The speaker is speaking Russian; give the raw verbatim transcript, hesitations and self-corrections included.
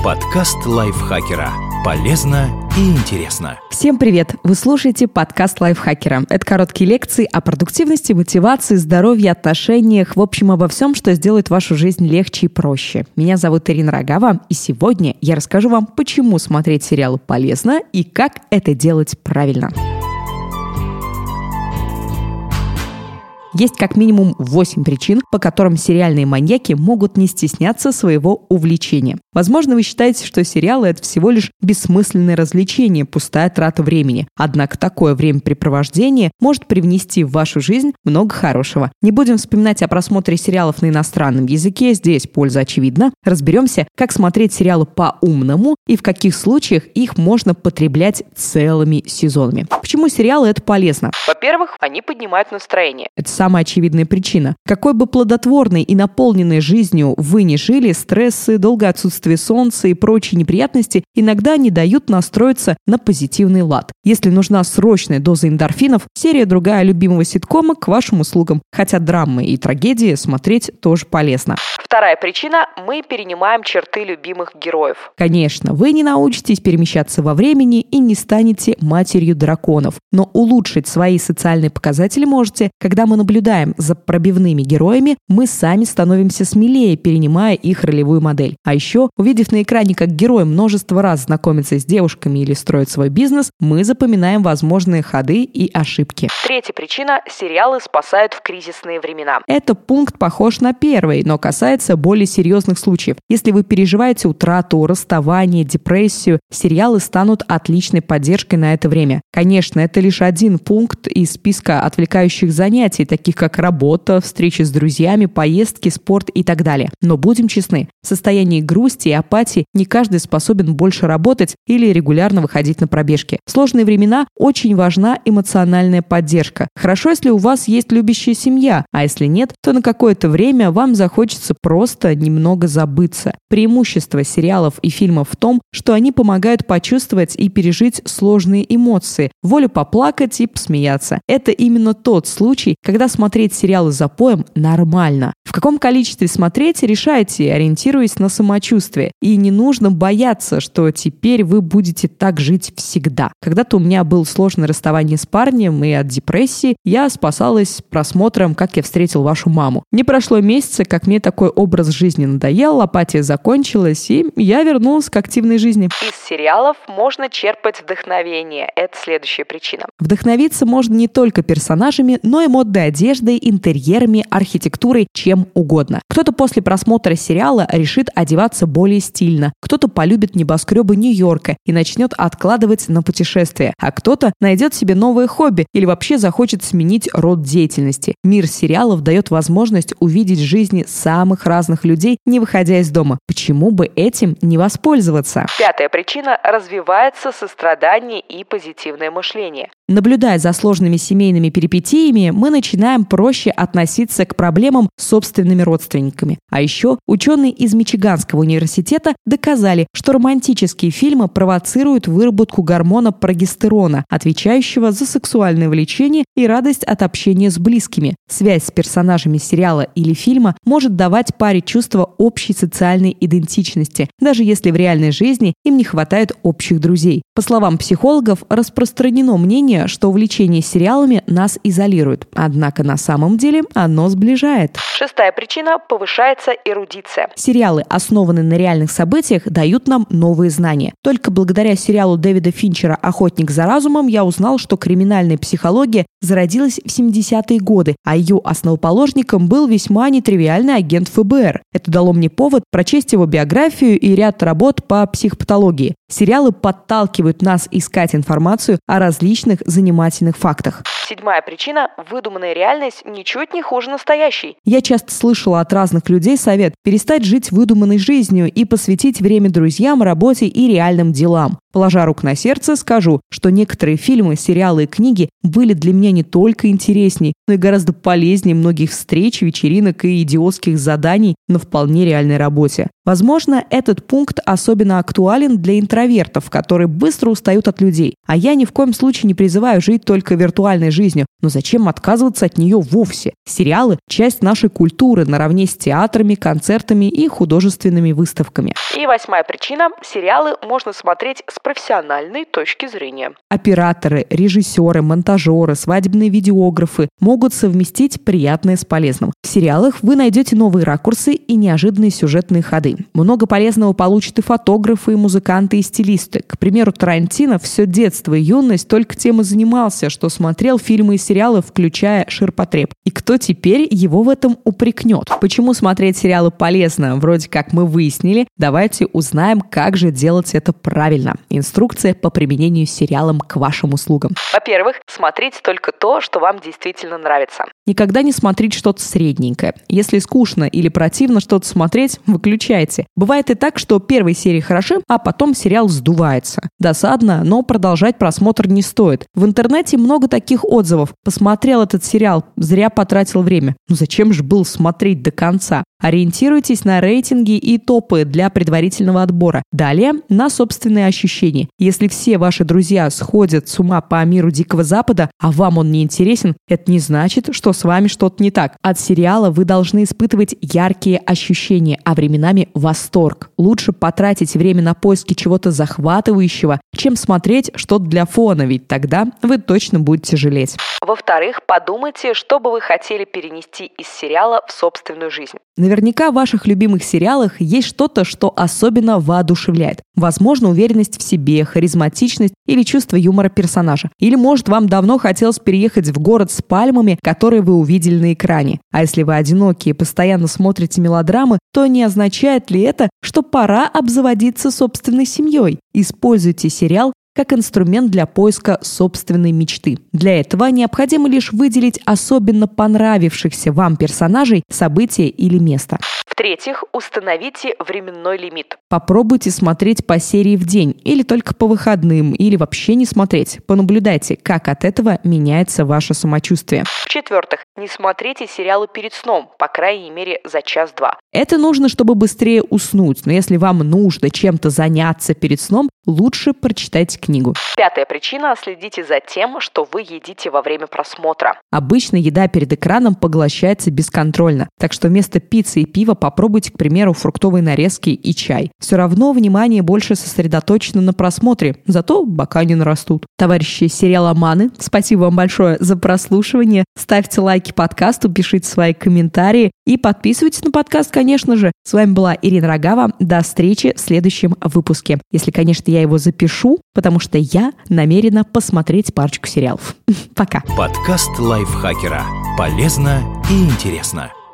Подкаст лайфхакера. Полезно и интересно. Всем привет! Вы слушаете подкаст лайфхакера. Это короткие лекции о продуктивности, мотивации, здоровье, отношениях, в общем, обо всем, что сделает вашу жизнь легче и проще. Меня зовут Ирина Рогава, и сегодня я расскажу вам, почему смотреть сериалы полезно и как это делать правильно. Есть как минимум восемь причин, по которым сериальные маньяки могут не стесняться своего увлечения. Возможно, вы считаете, что сериалы – это всего лишь бессмысленное развлечение, пустая трата времени. Однако такое времяпрепровождение может привнести в вашу жизнь много хорошего. Не будем вспоминать о просмотре сериалов на иностранном языке, здесь польза очевидна. Разберемся, как смотреть сериалы по-умному и в каких случаях их можно потреблять целыми сезонами. Почему сериалы – это полезно? Во-первых, они поднимают настроение. Это самая очевидная причина. Какой бы плодотворной и наполненной жизнью вы ни жили, стрессы, долгое отсутствие солнца и прочие неприятности иногда не дают настроиться на позитивный лад. Если нужна срочная доза эндорфинов, серия другая любимого ситкома к вашим услугам. Хотя драмы и трагедии смотреть тоже полезно. Вторая причина – мы перенимаем черты любимых героев. Конечно, вы не научитесь перемещаться во времени и не станете матерью драконов. Но улучшить свои социальные показатели можете, когда мы наблюдаем за пробивными героями, мы сами становимся смелее, перенимая их ролевую модель. А еще, увидев на экране, как герой множество раз знакомится с девушками или строит свой бизнес, мы запоминаем возможные ходы и ошибки. Третья причина – сериалы спасают в кризисные времена. Этот пункт похож на первый, но касается более серьезных случаев. Если вы переживаете утрату, расставание, депрессию, сериалы станут отличной поддержкой на это время. Конечно, это лишь один пункт из списка отвлекающих занятий, таких как работа, встречи с друзьями, поездки, спорт и так далее. Но будем честны, в состоянии грусти и апатии не каждый способен больше работать или регулярно выходить на пробежки. В сложные времена очень важна эмоциональная поддержка. Хорошо, если у вас есть любящая семья, а если нет, то на какое-то время вам захочется просто немного забыться. Преимущество сериалов и фильмов в том, что они помогают почувствовать и пережить сложные эмоции, волю поплакать и посмеяться. Это именно тот случай, когда смотреть сериалы запоем нормально. В каком количестве смотреть, решайте, ориентируясь на самочувствие. И не нужно бояться, что теперь вы будете так жить всегда. Когда-то у меня было сложное расставание с парнем, и от депрессии я спасалась просмотром «Как я встретил вашу маму». Не прошло месяца, как мне такой образ жизни надоел, апатия закончилась, и я вернулась к активной жизни. Из сериалов можно черпать вдохновение. Это следующая причина. Вдохновиться можно не только персонажами, но и модной одеждой, интерьерами, архитектурой, чем угодно. Кто-то после просмотра сериала решит одеваться более стильно, кто-то полюбит небоскребы Нью-Йорка и начнет откладывать на путешествия, а кто-то найдет себе новое хобби или вообще захочет сменить род деятельности. Мир сериалов дает возможность увидеть жизни самых разных людей, не выходя из дома. Почему бы этим не воспользоваться? Пятая причина – развивается сострадание и позитивное мышление. Наблюдая за сложными семейными перипетиями, мы начинаем проще относиться к проблемам с собственными родственниками. А еще ученые из Мичиганского университета доказали, что романтические фильмы провоцируют выработку гормона прогестерона, отвечающего за сексуальное влечение и радость от общения с близкими. Связь с персонажами сериала или фильма может давать паре чувство общей социальной идентичности, даже если в реальной жизни им не хватает общих друзей. По словам психологов, распространено мнение, что увлечение сериалами нас изолирует. Однако на самом деле оно сближает. Шестая причина – повышается эрудиция. Сериалы, основанные на реальных событиях, дают нам новые знания. Только благодаря сериалу Дэвида Финчера «Охотник за разумом» я узнал, что криминальная психология зародилась в семидесятые годы, а ее основоположником был весьма нетривиальный агент эф бэ эр. Это дало мне повод прочесть его биографию и ряд работ по психопатологии. Сериалы подталкивают нас искать информацию о различных занимательных фактах. Седьмая причина – выдуманная реальность ничуть не хуже настоящей. Я часто слышала от разных людей совет перестать жить выдуманной жизнью и посвятить время друзьям, работе и реальным делам. Положа руку на сердце, скажу, что некоторые фильмы, сериалы и книги были для меня не только интересней, но и гораздо полезнее многих встреч, вечеринок и идиотских заданий на вполне реальной работе. Возможно, этот пункт особенно актуален для интровертов, которые быстро устают от людей. А я ни в коем случае не призываю жить только виртуальной жизнью. Но зачем отказываться от нее вовсе? Сериалы – часть нашей культуры наравне с театрами, концертами и художественными выставками. И восьмая причина – сериалы можно смотреть с профессиональной точки зрения. Операторы, режиссеры, монтажеры, свадебные видеографы могут совместить приятное с полезным. В сериалах вы найдете новые ракурсы и неожиданные сюжетные ходы. Много полезного получат и фотографы, и музыканты, и стилисты. К примеру, Тарантино все детство и юность только тем и занимался, что смотрел фильмы и сериалы, включая «Ширпотреб». И кто теперь его в этом упрекнет? Почему смотреть сериалы полезно? Вроде как мы выяснили. Давайте узнаем, как же делать это правильно. Инструкция по применению сериалам к вашим услугам. Во-первых, смотрите только то, что вам действительно нравится. Никогда не смотрите что-то средненькое. Если скучно или противно что-то смотреть, выключайте. Бывает и так, что первые серии хороши, а потом сериал сдувается. Досадно, но продолжать просмотр не стоит. В интернете много таких отзывов. Посмотрел этот сериал, зря потратил время. Ну зачем же было смотреть до конца? Ориентируйтесь на рейтинги и топы для предварительного отбора. Далее на собственные ощущения. Если все ваши друзья сходят с ума по миру Дикого Запада, а вам он не интересен, это не значит, что с вами что-то не так. От сериала вы должны испытывать яркие ощущения, а временами восторг. Лучше потратить время на поиски чего-то захватывающего, чем смотреть что-то для фона, ведь тогда вы точно будете жалеть. Во-вторых, подумайте, что бы вы хотели перенести из сериала в собственную жизнь. Наверняка в ваших любимых сериалах есть что-то, что особенно воодушевляет. Возможно, уверенность в себе, харизматичность или чувство юмора персонажа. Или, может, вам давно хотелось переехать в город с пальмами, которые вы увидели на экране. А если вы одиноки и постоянно смотрите мелодрамы, то не означает ли это, что пора обзаводиться собственной семьей? Используйте сериал как инструмент для поиска собственной мечты. Для этого необходимо лишь выделить особенно понравившихся вам персонажей, события или место. В-третьих, установите временной лимит. Попробуйте смотреть по серии в день, или только по выходным, или вообще не смотреть. Понаблюдайте, как от этого меняется ваше самочувствие. В-четвертых, не смотрите сериалы перед сном, по крайней мере за час-два. Это нужно, чтобы быстрее уснуть, но если вам нужно чем-то заняться перед сном, лучше прочитайте книгу. Пятая причина – следите за тем, что вы едите во время просмотра. Обычно еда перед экраном поглощается бесконтрольно, так что вместо пиццы и пива попробуйте, к примеру, фруктовые нарезки и чай. Все равно внимание больше сосредоточено на просмотре, зато бока не нарастут. Товарищи сериаломаны, спасибо вам большое за прослушивание. Ставьте лайки подкасту, пишите свои комментарии и подписывайтесь на подкаст, конечно же. С вами была Ирина Рогава. До встречи в следующем выпуске. Если, конечно, я его запишу, потому что я намерена посмотреть парочку сериалов. Пока. Подкаст лайфхакера. Полезно и интересно.